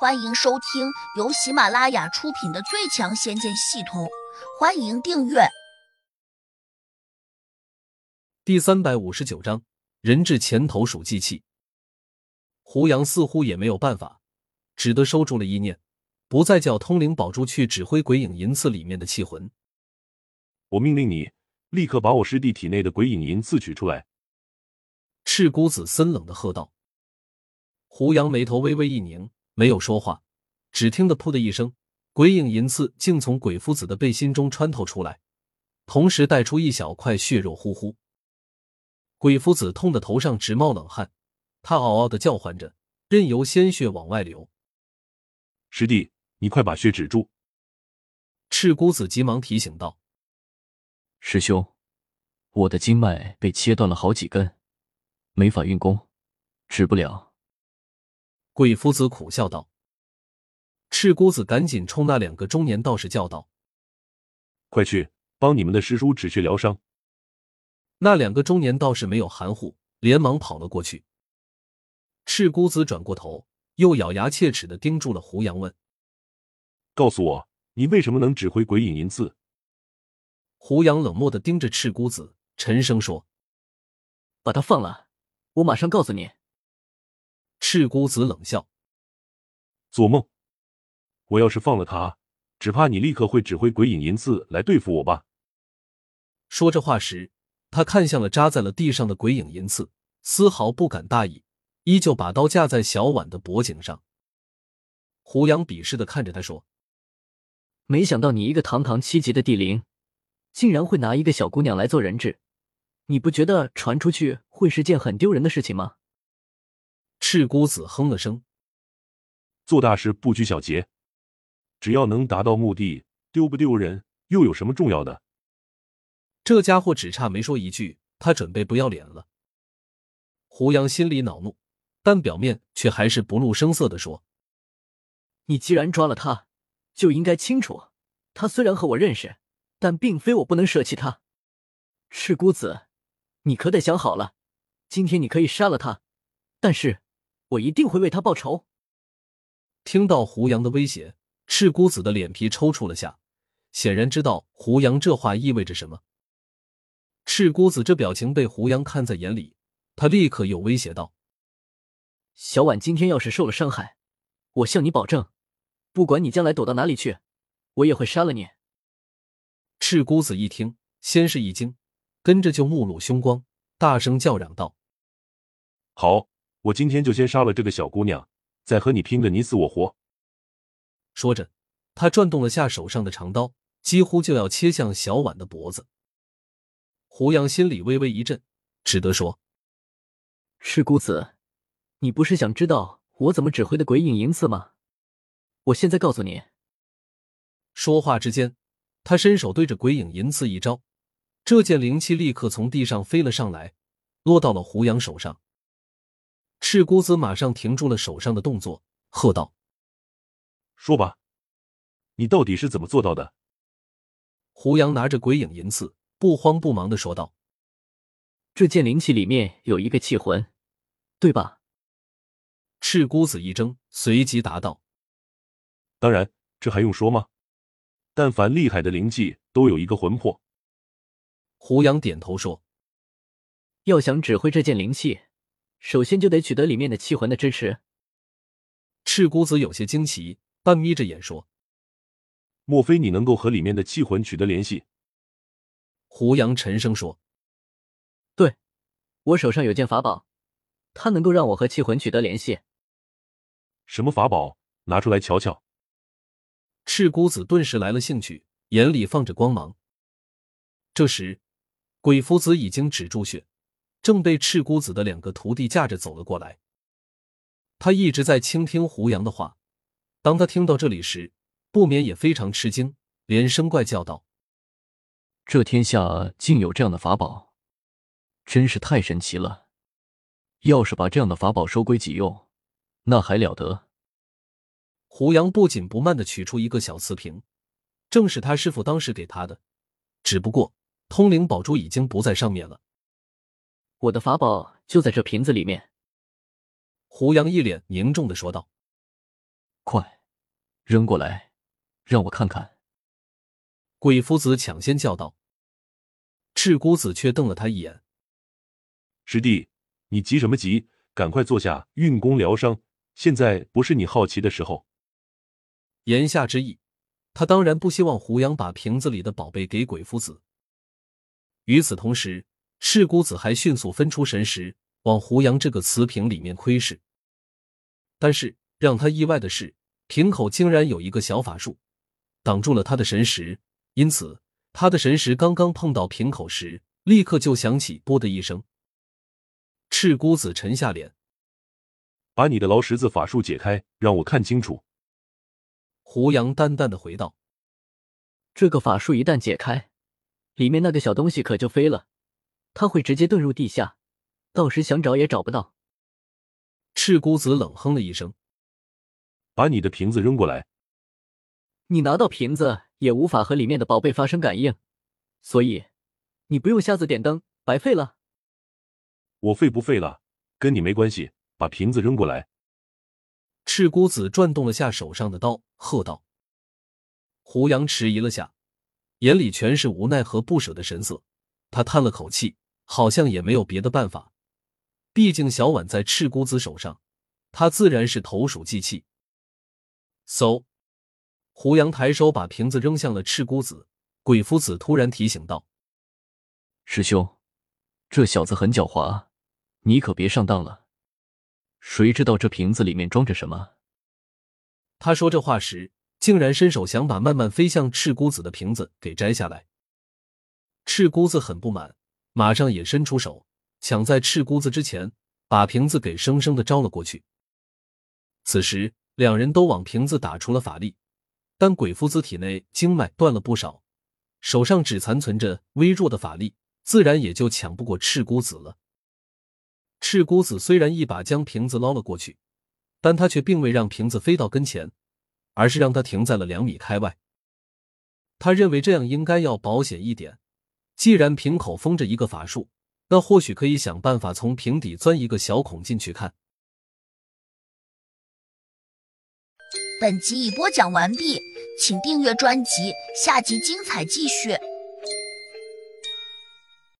欢迎收听由喜马拉雅出品的《最强仙剑系统》，欢迎订阅。 第359章，人质前头数计器。胡杨似乎也没有办法，只得收住了意念，不再叫通灵宝珠去指挥鬼影银刺里面的气魂。 我命令你，立刻把我师弟体内的鬼影银刺取出来。 赤姑子森冷地喝道。胡杨眉头微微一拧，没有说话，只听得噗的一声，鬼影银刺竟从鬼夫子的背心中穿透出来，同时带出一小块血肉乎乎。鬼夫子痛得头上直冒冷汗，他嗷嗷地叫唤着，任由鲜血往外流。 师弟，你快把血止住！ 赤姑子急忙提醒道。 师兄，我的经脉被切断了好几根，没法运功，止不了。 鬼夫子苦笑道。赤姑子赶紧冲那两个中年道士叫道： 快去帮你们的师叔止血疗伤。 那两个中年道士没有含糊，连忙跑了过去。赤姑子转过头，又咬牙切齿地盯住了胡杨，问： 告诉我，你为什么能指挥鬼影银刺？ 胡杨冷漠地盯着赤姑子，沉声说： 把他放了，我马上告诉你。 赤姑子冷笑： 做梦！我要是放了他，只怕你立刻会指挥鬼影银刺来对付我吧。 说这话时，他看向了扎在了地上的鬼影银刺，丝毫不敢大意，依旧把刀架在小婉的脖颈上。胡杨鄙视地看着他说： 没想到你一个堂堂7级的地灵，竟然会拿一个小姑娘来做人质，你不觉得传出去会是件很丢人的事情吗？ 赤姑子哼了声： 做大事不拘小节，只要能达到目的，丢不丢人又有什么重要的？ 这家伙只差没说一句，他准备不要脸了。胡杨心里恼怒，但表面却还是不露声色地说： 你既然抓了他，就应该清楚，他虽然和我认识，但并非我不能舍弃他。赤姑子，你可得想好了，今天你可以杀了他，但是我一定会为他报仇。 听到胡杨的威胁，赤姑子的脸皮抽搐了下，显然知道胡杨这话意味着什么。赤姑子这表情被胡杨看在眼里，他立刻又威胁道： 小婉今天要是受了伤害，我向你保证，不管你将来躲到哪里去，我也会杀了你。 赤姑子一听，先是一惊，跟着就目露凶光，大声叫嚷道： 好，我今天就先杀了这个小姑娘，再和你拼个你死我活。 说着，他转动了下手上的长刀，几乎就要切向小婉的脖子。胡杨心里微微一震，只得说： 赤姑子，你不是想知道我怎么指挥的鬼影银刺吗？我现在告诉你。 说话之间，他伸手对着鬼影银刺一招，这件灵气立刻从地上飞了上来，落到了胡杨手上。赤姑子马上停住了手上的动作，喝道： 说吧，你到底是怎么做到的？ 胡杨拿着鬼影银刺，不慌不忙地说道： 这件灵气里面有一个气魂，对吧？ 赤姑子一怔，随即答道： 当然，这还用说吗？但凡厉害的灵气都有一个魂魄。 胡杨点头说： 要想指挥这件灵气，首先就得取得里面的气魂的支持。 赤姑子有些惊奇，半眯着眼说： 莫非你能够和里面的气魂取得联系？ 胡杨沉声说： 对，我手上有件法宝，它能够让我和气魂取得联系。 什么法宝？拿出来瞧瞧。 赤姑子顿时来了兴趣，眼里放着光芒。这时，鬼夫子已经止住血，正被赤姑子的两个徒弟架着走了过来。他一直在倾听胡杨的话，当他听到这里时，不免也非常吃惊，连声怪叫道： 这天下竟有这样的法宝，真是太神奇了！要是把这样的法宝收归己用，那还了得！ 胡杨不紧不慢地取出一个小瓷瓶，正是他师父当时给他的，只不过通灵宝珠已经不在上面了。 我的法宝就在这瓶子里面。 胡杨一脸凝重地说道。 快，扔过来，让我看看。 鬼夫子抢先叫道。赤姑子却瞪了他一眼。 师弟，你急什么急？赶快坐下，运功疗伤。现在不是你好奇的时候。 言下之意，他当然不希望胡杨把瓶子里的宝贝给鬼夫子。与此同时，赤姑子还迅速分出神识，往胡杨这个瓷瓶里面窥视。但是让他意外的是，瓶口竟然有一个小法术，挡住了他的神识，因此他的神识刚刚碰到瓶口时，立刻就响起“啵”的一声。赤姑子沉下脸， 把你的劳什子法术解开，让我看清楚。 胡杨淡淡的回道。 这个法术一旦解开，里面那个小东西可就飞了，它会直接遁入地下，到时想找也找不到。 赤姑子冷哼了一声， 把你的瓶子扔过来。 你拿到瓶子也无法和里面的宝贝发生感应，所以你不用瞎子点灯，白费了。 我废不废了，跟你没关系，把瓶子扔过来。 赤姑子转动了下手上的刀，喝道。胡杨迟疑了下，眼里全是无奈和不舍的神色，他叹了口气，好像也没有别的办法，毕竟小碗在赤姑子手上，他自然是投鼠忌器。嗖！胡杨抬手把瓶子扔向了赤姑子，鬼夫子突然提醒道： 师兄，这小子很狡猾啊，你可别上当了。谁知道这瓶子里面装着什么？ 他说这话时，竟然伸手想把慢慢飞向赤姑子的瓶子给摘下来。赤姑子很不满，马上也伸出手，抢在赤姑子之前，把瓶子给生生的招了过去。此时，两人都往瓶子打出了法力，但鬼夫子体内经脉断了不少，手上只残存着微弱的法力，自然也就抢不过赤姑子了。赤姑子虽然一把将瓶子捞了过去，但他却并未让瓶子飞到跟前，而是让它停在了2米开外。他认为这样应该要保险一点，既然瓶口封着一个法术，那或许可以想办法从瓶底钻一个小孔进去看。 本集已播讲完毕，请订阅专辑，下集精彩继续。